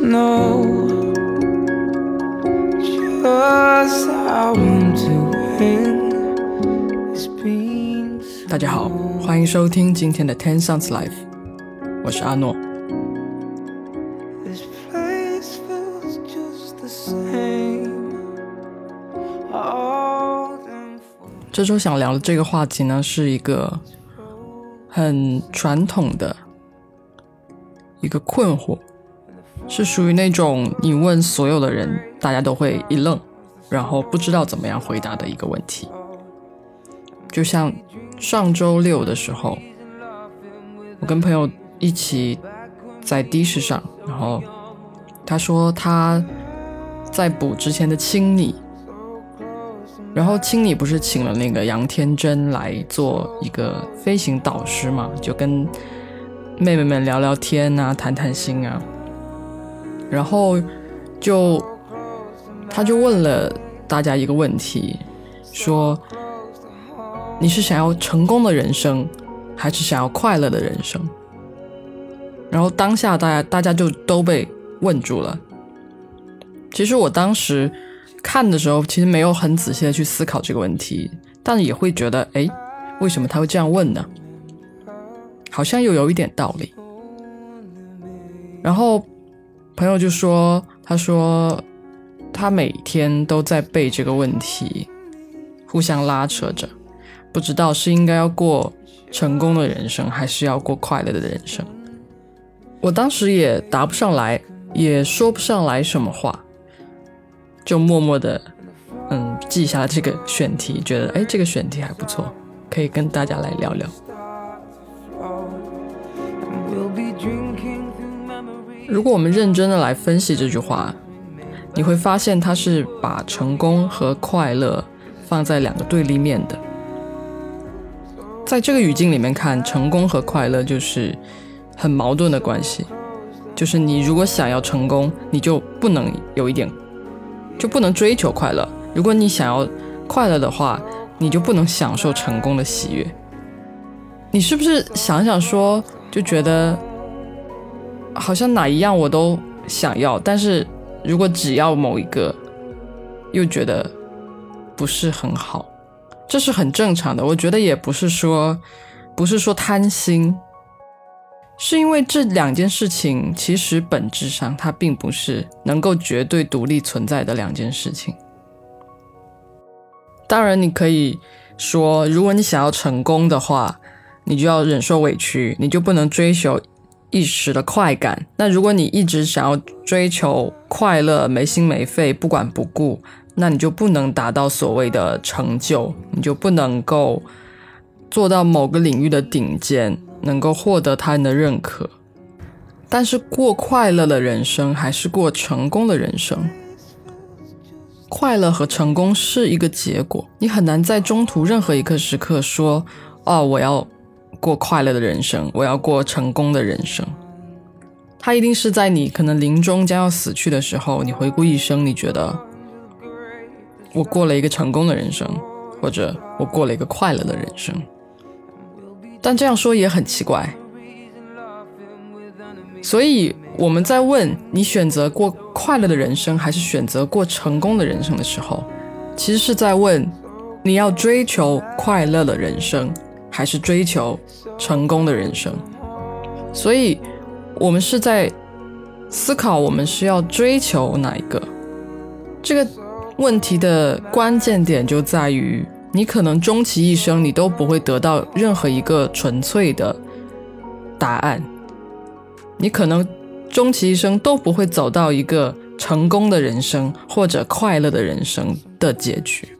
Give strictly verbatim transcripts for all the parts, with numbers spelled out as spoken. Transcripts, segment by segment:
know just how I'm doing. It's been so 大家好，欢迎收听今天的 Ten Sounds Live， 我是阿诺。 This place feels just the same. All them 这周想聊的这个话题呢，是一个很传统的一个困惑，是属于那种你问所有的人，大家都会一愣，然后不知道怎么样回答的一个问题。就像上周六的时候，我跟朋友一起在的士上，然后他说他在补之前的青你，然后青你不是请了那个杨天真来做一个飞行导师嘛，就跟妹妹们聊聊天啊，谈谈心啊，然后就他就问了大家一个问题，说你是想要成功的人生还是想要快乐的人生？然后当下大家大家就都被问住了。其实我当时看的时候其实没有很仔细的去思考这个问题，但也会觉得诶，为什么他会这样问呢？好像又有一点道理。然后朋友就说，他说他每天都在被这个问题互相拉扯着，不知道是应该要过成功的人生还是要过快乐的人生。我当时也答不上来，也说不上来什么话，就默默的嗯记下了这个选题，觉得诶这个选题还不错，可以跟大家来聊聊。如果我们认真的来分析这句话，你会发现它是把成功和快乐放在两个对立面的。在这个语境里面看，成功和快乐就是很矛盾的关系，就是你如果想要成功，你就不能有一点就不能追求快乐，如果你想要快乐的话，你就不能享受成功的喜悦。你是不是想想说就觉得好像哪一样我都想要，但是如果只要某一个又觉得不是很好，这是很正常的。我觉得也不是说不是说贪心，是因为这两件事情其实本质上它并不是能够绝对独立存在的两件事情。当然你可以说，如果你想要成功的话，你就要忍受委屈，你就不能追求一时的快感。那如果你一直想要追求快乐，没心没肺，不管不顾，那你就不能达到所谓的成就，你就不能够做到某个领域的顶尖，能够获得他人的认可。但是过快乐的人生还是过成功的人生，快乐和成功是一个结果，你很难在中途任何一个时刻说哦，我要过快乐的人生，我要过成功的人生。它一定是在你可能临终将要死去的时候，你回顾一生，你觉得我过了一个成功的人生，或者我过了一个快乐的人生。但这样说也很奇怪，所以我们在问你选择过快乐的人生还是选择过成功的人生的时候，其实是在问你要追求快乐的人生还是追求成功的人生。所以我们是在思考我们是要追求哪一个。这个问题的关键点就在于，你可能终其一生你都不会得到任何一个纯粹的答案，你可能终其一生都不会走到一个成功的人生或者快乐的人生的结局。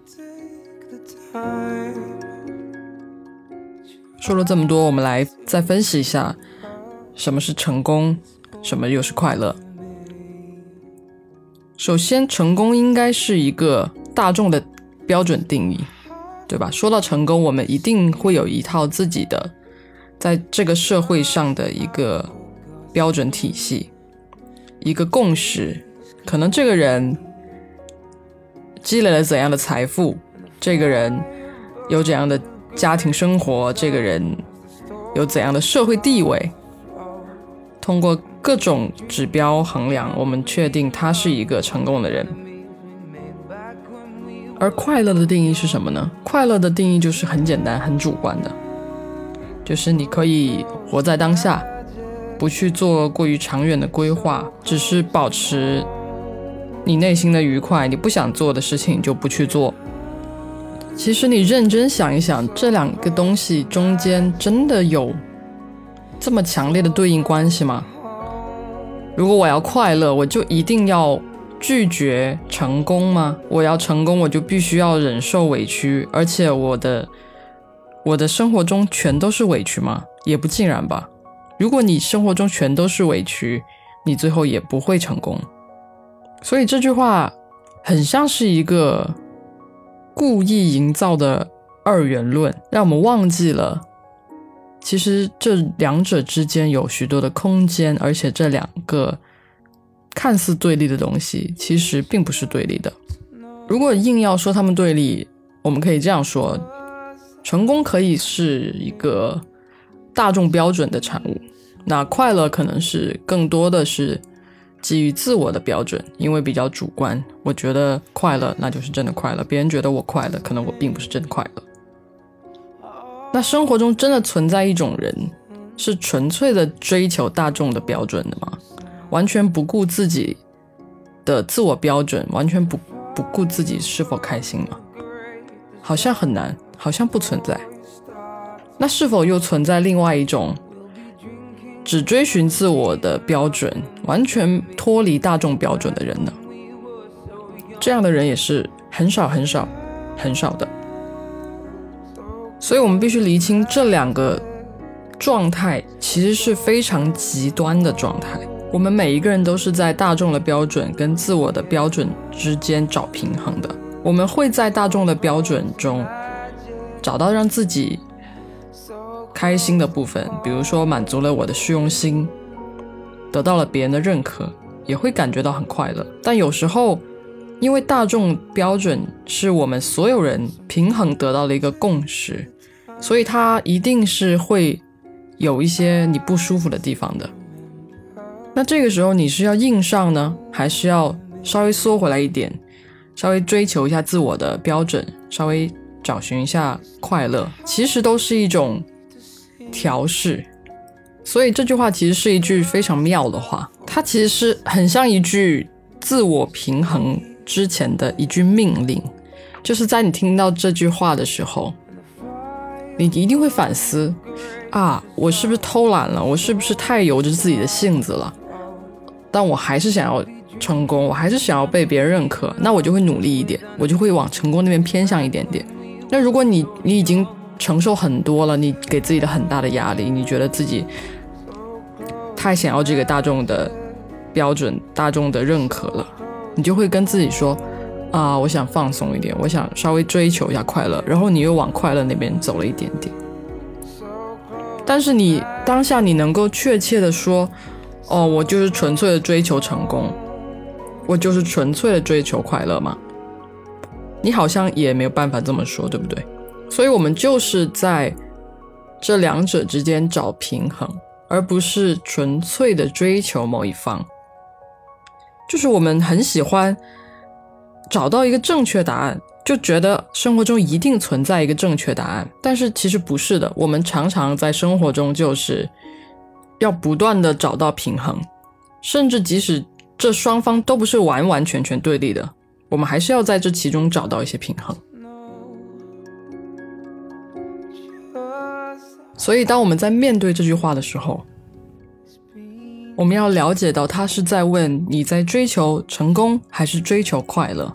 说了这么多，我们来再分析一下什么是成功，什么又是快乐。首先，成功应该是一个大众的标准定义，对吧？说到成功，我们一定会有一套自己的在这个社会上的一个标准体系，一个共识。可能这个人积累了怎样的财富，这个人有怎样的家庭生活，这个人有怎样的社会地位，通过各种指标衡量，我们确定他是一个成功的人。而快乐的定义是什么呢？快乐的定义就是很简单很主观的，就是你可以活在当下，不去做过于长远的规划，只是保持你内心的愉快，你不想做的事情就不去做。其实你认真想一想，这两个东西中间真的有这么强烈的对应关系吗？如果我要快乐，我就一定要拒绝成功吗？我要成功，我就必须要忍受委屈，而且我的我的生活中全都是委屈吗？也不尽然吧。如果你生活中全都是委屈，你最后也不会成功。所以这句话很像是一个故意营造的二元论，让我们忘记了其实这两者之间有许多的空间，而且这两个看似对立的东西其实并不是对立的。如果硬要说他们对立，我们可以这样说，成功可以是一个大众标准的产物，那快乐可能是更多的是基于自我的标准，因为比较主观，我觉得快乐那就是真的快乐，别人觉得我快乐，可能我并不是真的快乐。那生活中真的存在一种人是纯粹的追求大众的标准的吗？完全不顾自己的自我标准，完全不不顾自己是否开心吗？好像很难，好像不存在。那是否又存在另外一种只追寻自我的标准，完全脱离大众标准的人呢？这样的人也是很少很少很少的。所以我们必须厘清这两个状态其实是非常极端的状态。我们每一个人都是在大众的标准跟自我的标准之间找平衡的。我们会在大众的标准中找到让自己开心的部分，比如说满足了我的虚荣心，得到了别人的认可，也会感觉到很快乐。但有时候因为大众标准是我们所有人平衡得到的一个共识，所以它一定是会有一些你不舒服的地方的。那这个时候你是要硬上呢，还是要稍微缩回来一点，稍微追求一下自我的标准，稍微找寻一下快乐，其实都是一种调试。所以这句话其实是一句非常妙的话，它其实是很像一句自我平衡之前的一句命令，就是在你听到这句话的时候，你一定会反思啊，我是不是偷懒了？我是不是太由着自己的性子了？但我还是想要成功，我还是想要被别人认可，那我就会努力一点，我就会往成功那边偏向一点点。那如果你你已经承受很多了，你给自己的很大的压力，你觉得自己太想要这个大众的标准，大众的认可了，你就会跟自己说啊，我想放松一点，我想稍微追求一下快乐，然后你又往快乐那边走了一点点。但是你当下你能够确切的说，哦，我就是纯粹的追求成功，我就是纯粹的追求快乐吗？你好像也没有办法这么说，对不对？所以我们就是在这两者之间找平衡，而不是纯粹的追求某一方。就是我们很喜欢找到一个正确答案，就觉得生活中一定存在一个正确答案，但是其实不是的。我们常常在生活中就是要不断的找到平衡，甚至即使这双方都不是完完全全对立的，我们还是要在这其中找到一些平衡。所以当我们在面对这句话的时候，我们要了解到他是在问你在追求成功还是追求快乐。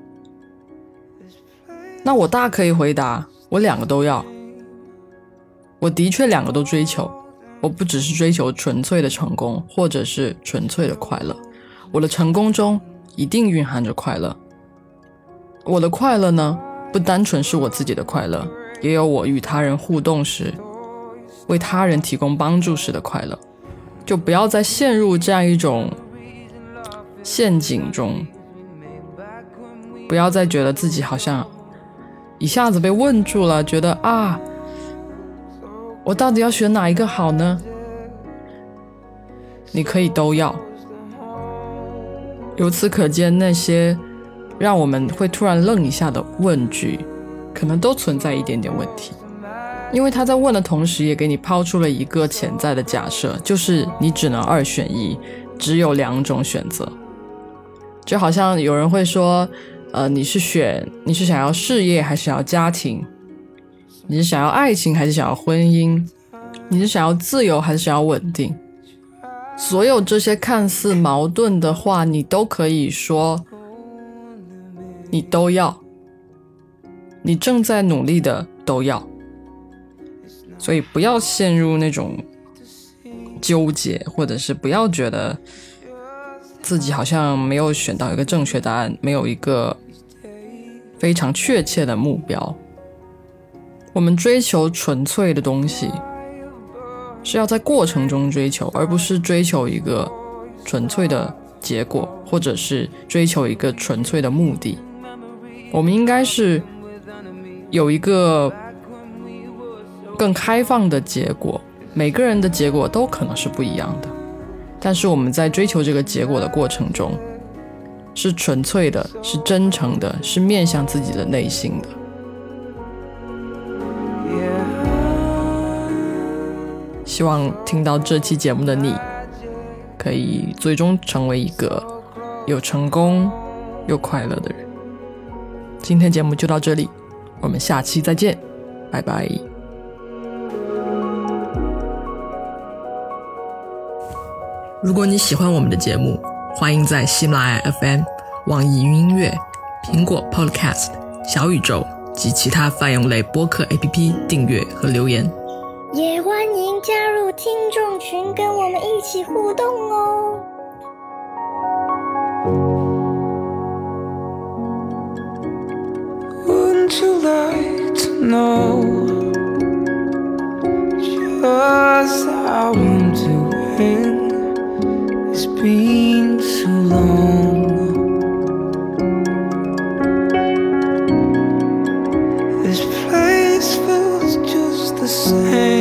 那我大可以回答，我两个都要，我的确两个都追求，我不只是追求纯粹的成功或者是纯粹的快乐，我的成功中一定蕴含着快乐。我的快乐呢，不单纯是我自己的快乐，也有我与他人互动时为他人提供帮助时的快乐。就不要再陷入这样一种陷阱中，不要再觉得自己好像一下子被问住了，觉得啊，我到底要选哪一个好呢？ 你可以都要。由此可见，那些让我们会突然愣一下的问句，可能都存在一点点问题。因为他在问的同时也给你抛出了一个潜在的假设，就是你只能二选一，只有两种选择。就好像有人会说呃，你是选你是想要事业还是想要家庭，你是想要爱情还是想要婚姻，你是想要自由还是想要稳定。所有这些看似矛盾的话，你都可以说你都要，你正在努力的都要。所以不要陷入那种纠结，或者是不要觉得自己好像没有选到一个正确答案，没有一个非常确切的目标。我们追求纯粹的东西是要在过程中追求，而不是追求一个纯粹的结果，或者是追求一个纯粹的目的。我们应该是有一个更开放的结果，每个人的结果都可能是不一样的，但是我们在追求这个结果的过程中是纯粹的，是真诚的，是面向自己的内心的。希望听到这期节目的你可以最终成为一个又成功又快乐的人。今天节目就到这里，我们下期再见，拜拜。如果你喜欢我们的节目，欢迎在喜马拉雅 F M、 网易云音乐、苹果 Podcast、 小宇宙及其他泛用类播客 A P P 订阅和留言， 也欢迎加入听众群跟我们一起互动哦。 Wouldn't you like to know just how I'm doing? It's been too long. This place feels just the same.